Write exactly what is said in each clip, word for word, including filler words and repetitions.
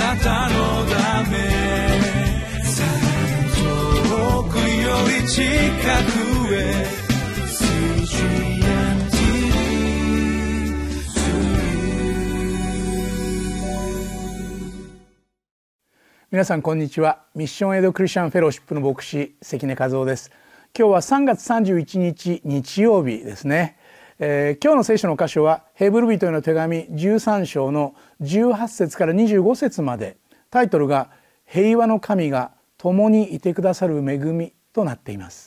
なたのため遠くより近くへ皆さんこんにちは。ミッションエイドクリスチャンフェローシップの牧師関根和夫です。今日はさんがつさんじゅういちにち日曜日ですね。えー、今日の聖書の箇所はヘブル人への手紙じゅうさん章のじゅうはち節からにじゅうご節まで、タイトルが平和の神が共にいてくださる恵みとなっています。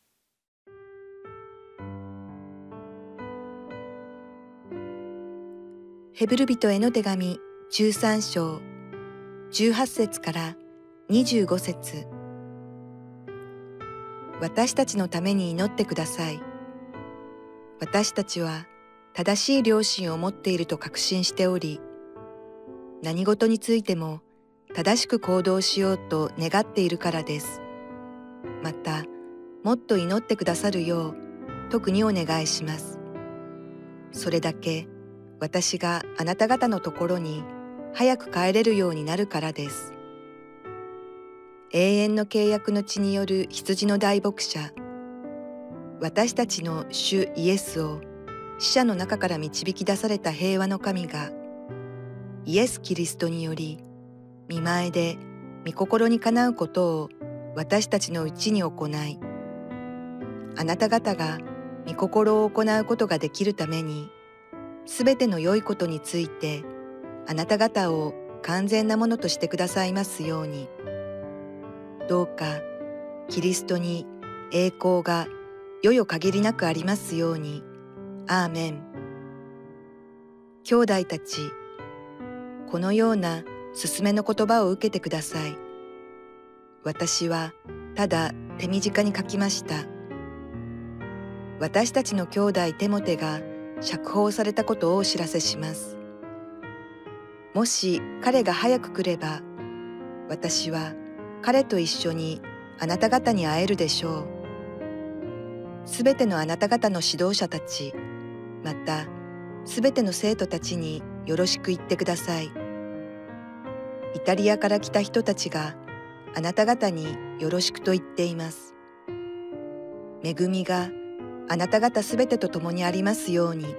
ヘブル人への手紙じゅうさん章じゅうはち節からにじゅうご節。私たちのために祈ってください。私たちは正しい良心を持っていると確信しており、何事についても正しく行動しようと願っているからです。また、もっと祈ってくださるよう特にお願いします。それだけ私があなた方のところに早く帰れるようになるからです。永遠の契約の血による羊の大牧者、私たちの主イエスを死者の中から導き出された平和の神が、イエス・キリストにより御前で御心にかなうことを私たちのうちに行い、あなた方が御心を行うことができるために、すべての良いことについてあなた方を完全なものとしてくださいますように。どうかキリストに栄光がよよ限りなくありますように。アーメン。兄弟たち、このような勧めの言葉を受けてください。私はただ手短に書きました。私たちの兄弟テモテが釈放されたことをお知らせします。もし彼が早く来れば、私は彼と一緒にあなた方に会えるでしょう。すべてのあなた方の指導者たち、またすべての生徒たちによろしく言ってください。イタリアから来た人たちがあなた方によろしくと言っています。恵みがあなた方すべてと共にありますように。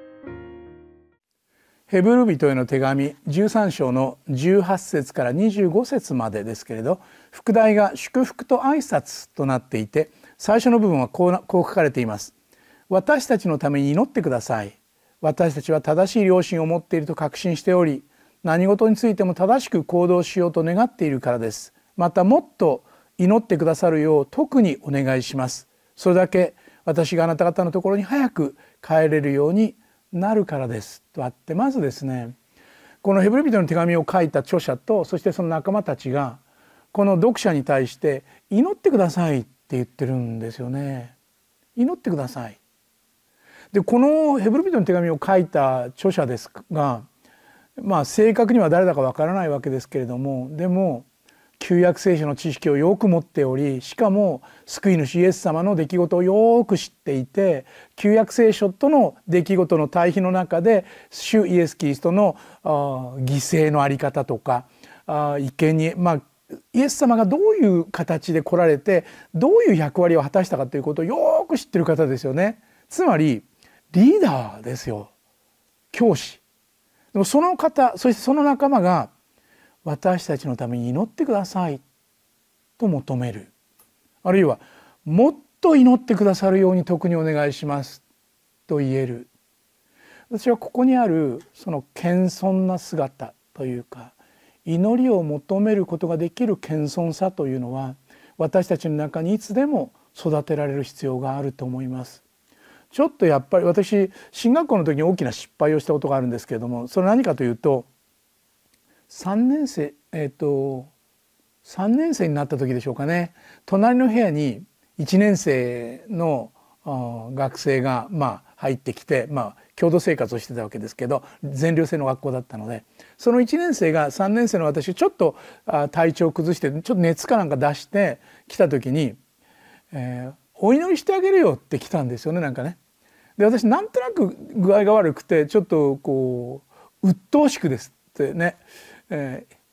ヘブル人への手紙じゅうさん章のじゅうはち節からにじゅうご節までですけれど、副題が祝福と挨拶となっていて、最初の部分はこう、こう書かれています。私たちのために祈ってください。私たちは正しい良心を持っていると確信しており、何事についても正しく行動しようと願っているからです。またもっと祈ってくださるよう特にお願いします。それだけ私があなた方のところに早く帰れるようになるからですとあって、まずですね、このヘブル人の手紙を書いた著者と、そしてその仲間たちがこの読者に対して祈ってくださいって言ってるんですよね。祈ってください。でこのヘブル人の手紙を書いた著者ですが、まあ正確には誰だかわからないわけですけれども、でも旧約聖書の知識をよく持っており、しかも救い主イエス様の出来事をよく知っていて、旧約聖書との出来事の対比の中で主イエス・キリストの犠牲のあり方とか意見に、まあイエス様がどういう形で来られてどういう役割を果たしたかということをよく知っている方ですよね。つまりリーダーですよ。教師。でもその方、そしてその仲間が私たちのために祈ってくださいと求める。あるいはもっと祈ってくださるように特にお願いしますと言える。私はここにあるその謙遜な姿というか、祈りを求めることができる謙遜さというのは、私たちの中にいつでも育てられる必要があると思います。ちょっとやっぱり私進学校の時に大きな失敗をしたことがあるんですけれども、それは何かというと、さんねん生えっとさんねん生になった時でしょうかね、隣の部屋にいちねん生の学生がまあ入ってきて、まあ共同生活をしてたわけですけど、全寮制の学校だったので、そのいちねん生がさんねん生の私ちょっと体調を崩してちょっと熱かなんか出してきた時に、えー、お祈りしてあげるよって来たんですよね、なんかね。で私なんとなく具合が悪くてちょっとこう鬱陶しくですってね、えー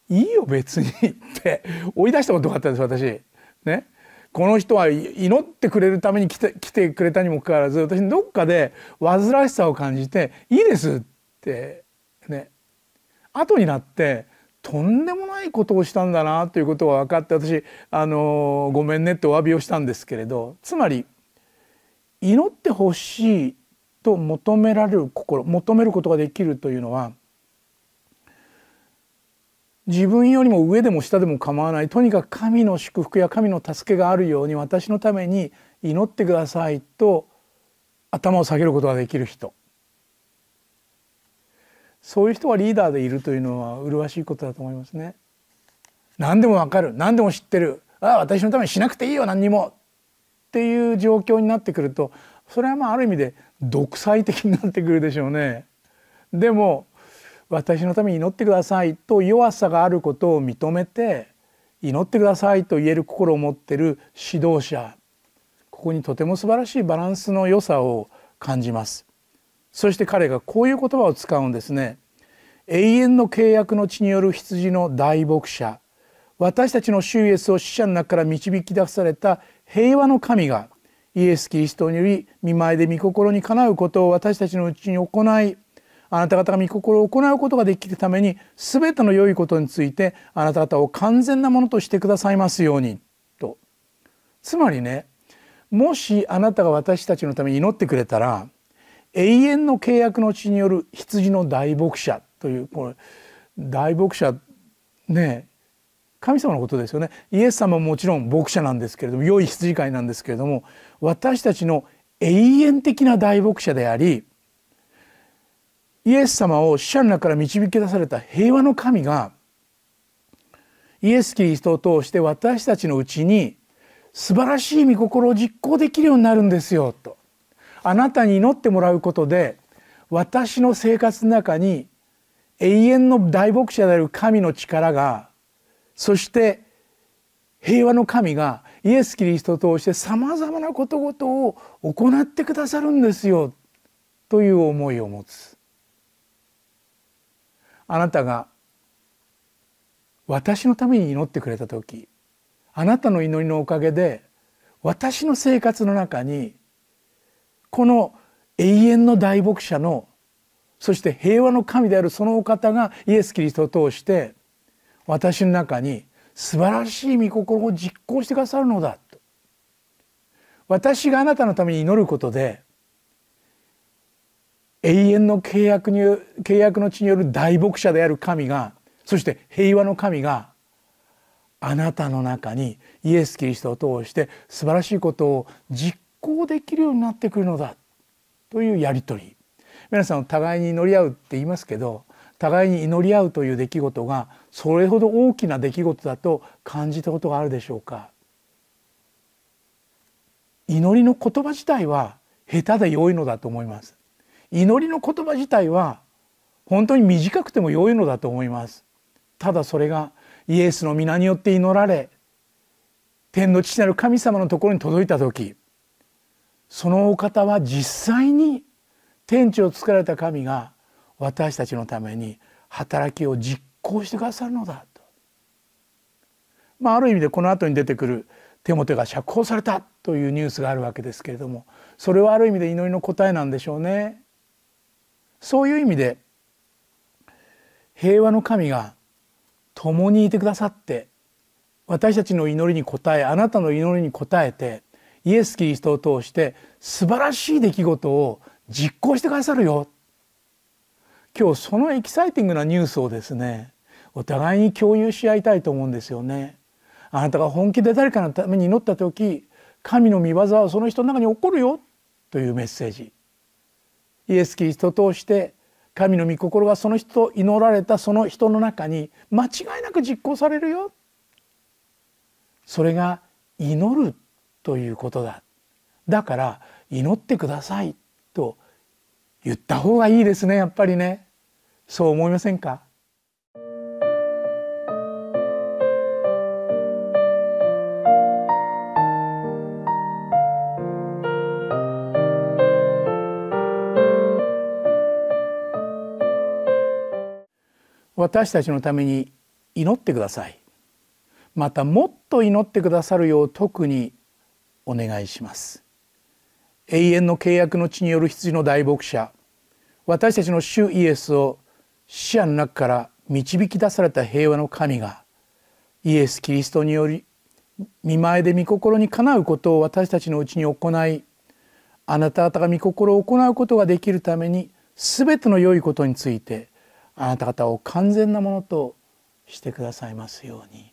いいよ別にって追い出したことがあったんです私。ね、この人は祈ってくれるために来て、来てくれたにもかかわらず、私どっかで煩わしさを感じていいですってね、後になってとんでもないことをしたんだなということが分かって、私あのごめんねってお詫びをしたんですけれど、つまり祈ってほしいと求められる心、求めることができるというのは、自分よりも上でも下でも構わない、とにかく神の祝福や神の助けがあるように私のために祈ってくださいと頭を下げることができる人、そういう人がリーダーでいるというのは麗しいことだと思いますね。何でもわかる、何でも知ってる、ああ私のためにしなくていいよ何にもっていう状況になってくると、それはまあある意味で独裁的になってくるでしょうね。でも私のために祈ってくださいと弱さがあることを認めて祈ってくださいと言える心を持っている指導者、ここにとても素晴らしいバランスの良さを感じます。そして彼がこういう言葉を使うんですね。永遠の契約の地による羊の大牧者、私たちの主イエスを死者の中から導き出された平和の神がイエス・キリストにより御前で御心にかなうことを私たちのうちに行い、あなた方が御心を行うことができるために全ての良いことについてあなた方を完全なものとしてくださいますようにと。つまりね、もしあなたが私たちのために祈ってくれたら、永遠の契約の地による羊の大牧者という、これ大牧者ね、神様のことですよね。イエス様ももちろん牧者なんですけれども、良い羊飼いなんですけれども、私たちの永遠的な大牧者であり、イエス様を死者の中から導き出された平和の神がイエス・キリストを通して私たちのうちに素晴らしい御心を実行できるようになるんですよと。あなたに祈ってもらうことで私の生活の中に永遠の大牧者である神の力が、そして平和の神がイエス・キリストを通してさまざまなことごとを行ってくださるんですよという思いを持つ。あなたが私のために祈ってくれた時、あなたの祈りのおかげで私の生活の中にこの永遠の大牧者の、そして平和の神であるそのお方がイエス・キリストを通して私の中に素晴らしい御心を実行してくださるのだと。私があなたのために祈ることで永遠の契約に契約の地による大牧者である神が、そして平和の神があなたの中にイエス・キリストを通して素晴らしいことを実行できるようになってくるのだというやり取り。皆さん互いに祈り合うって言いますけど、互いに祈り合うという出来事がそれほど大きな出来事だと感じたことがあるでしょうか。祈りの言葉自体は下手で良いのだと思います。祈りの言葉自体は本当に短くても良いのだと思います。ただそれがイエスの皆によって祈られ、天の父なる神様のところに届いた時、そのお方は実際に天地を作られた神が私たちのために働きを実行してくださるのだと。まあある意味でこの後に出てくるテモテが釈放されたというニュースがあるわけですけれども、それはある意味で祈りの答えなんでしょうね。そういう意味で平和の神が共にいてくださって、私たちの祈りに応え、あなたの祈りに応えて、イエス・キリストを通して素晴らしい出来事を実行してくださるよ。今日そのエキサイティングなニュースをですね、お互いに共有し合いたいと思うんですよね。あなたが本気で誰かのために祈った時、神の御業はその人の中に起こるよというメッセージ。イエス・キリストを通して神の御心がその人、祈られたその人の中に間違いなく実行されるよ。それが祈るということだ。だから祈ってくださいと言った方がいいですね、やっぱりね。そう思いませんか？私たちのために祈ってください。またもっと祈ってくださるよう特にお願いします。永遠の契約の地による羊の大牧者、私たちの主イエスを死者の中から導き出された平和の神が、イエス・キリストにより御前で御心にかなうことを私たちのうちに行い、あなた方が御心を行うことができるために、すべての良いことについてあなた方を完全なものとしてくださいますように。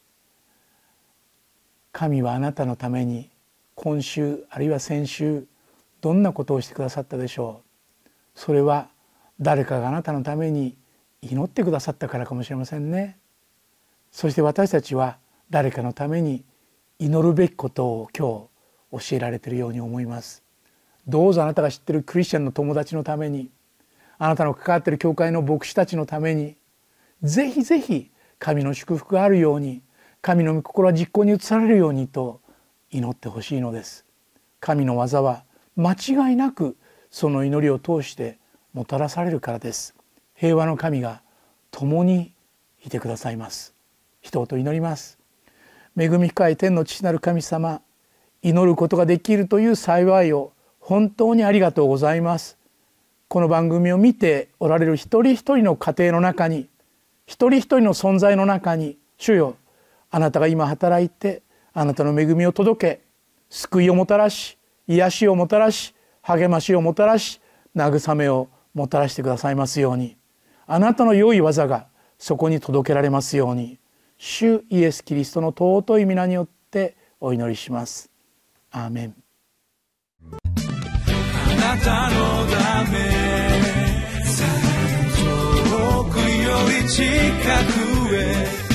神はあなたのために今週あるいは先週どんなことをしてくださったでしょう。それは誰かがあなたのために祈ってくださったからかもしれませんね。そして私たちは誰かのために祈るべきことを今日教えられているように思います。どうぞあなたが知っているクリスチャンの友達のために、あなたの関わっている教会の牧師たちのために、ぜひぜひ神の祝福があるように、神の御心は実行に移されるようにと祈ってほしいのです。神の技は間違いなくその祈りを通してもたらされるからです。平和の神が共にいてくださいます。人と祈ります。恵み深い天の父なる神様、祈ることができるという幸いを本当にありがとうございます。この番組を見ておられる一人一人の家庭の中に、一人一人の存在の中に、主よ、あなたが今働いてあなたの恵みを届け、救いをもたらし、癒しをもたらし、励ましをもたらし、慰めをもたらしてくださいますように、あなたの良い技がそこに届けられますように、主イエス・キリストの尊い皆によってお祈りします。アーメン。 あなたのため遠くより近くへ